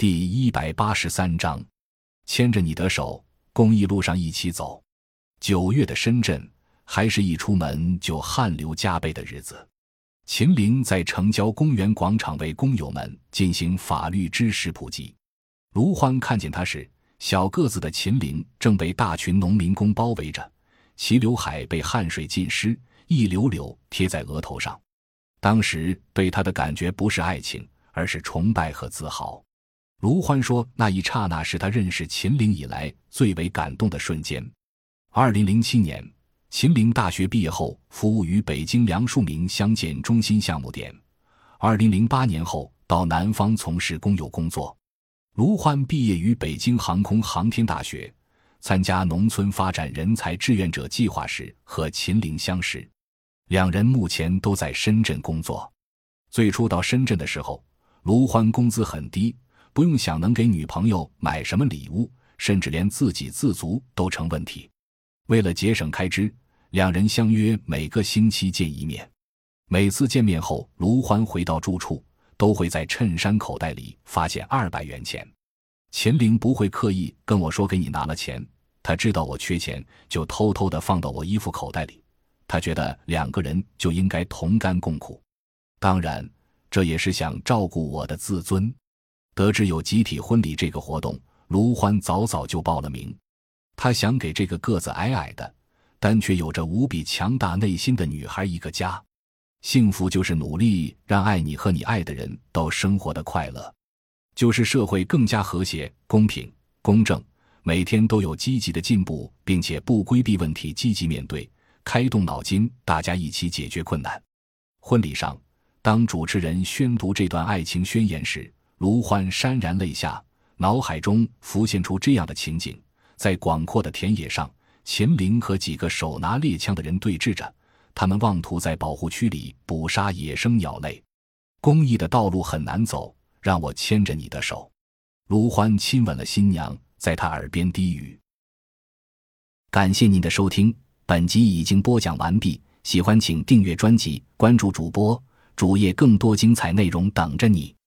第183章，牵着你的手，公益路上一起走。9月的深圳，还是一出门就汗流浃背的日子。秦陵在城郊公园广场为工友们进行法律知识普及。卢欢看见他时，小个子的秦陵正被大群农民工包围着，其刘海被汗水浸湿，一绺绺贴在额头上。当时对他的感觉不是爱情，而是崇拜和自豪。卢欢说，那一刹那是他认识秦陵以来最为感动的瞬间。2007年，秦陵大学毕业后服务于北京梁漱溟乡建中心项目点。2008年后到南方从事工友工作。卢欢毕业于北京航空航天大学，参加农村发展人才志愿者计划时和秦陵相识。两人目前都在深圳工作。最初到深圳的时候，卢欢工资很低，不用想能给女朋友买什么礼物，甚至连自给自足都成问题。为了节省开支，两人相约每个星期见一面。每次见面后，卢欢回到住处都会在衬衫口袋里发现200元钱。秦陵不会刻意跟我说给你拿了钱，他知道我缺钱，就偷偷地放到我衣服口袋里。他觉得两个人就应该同甘共苦，当然这也是想照顾我的自尊。得知有集体婚礼这个活动，卢欢早早就报了名。他想给这个个子矮矮的，但却有着无比强大内心的女孩一个家。幸福就是努力让爱你和你爱的人都生活得快乐，就是社会更加和谐、公平、公正，每天都有积极的进步，并且不规避问题，积极面对，开动脑筋，大家一起解决困难。婚礼上，当主持人宣读这段爱情宣言时，卢欢潸然泪下，脑海中浮现出这样的情景：在广阔的田野上，秦陵和几个手拿猎枪的人对峙着，他们妄图在保护区里捕杀野生鸟类。公益的道路很难走，让我牵着你的手。卢欢亲吻了新娘，在她耳边低语。感谢您的收听，本集已经播讲完毕，喜欢请订阅专辑，关注主播，主页更多精彩内容等着你。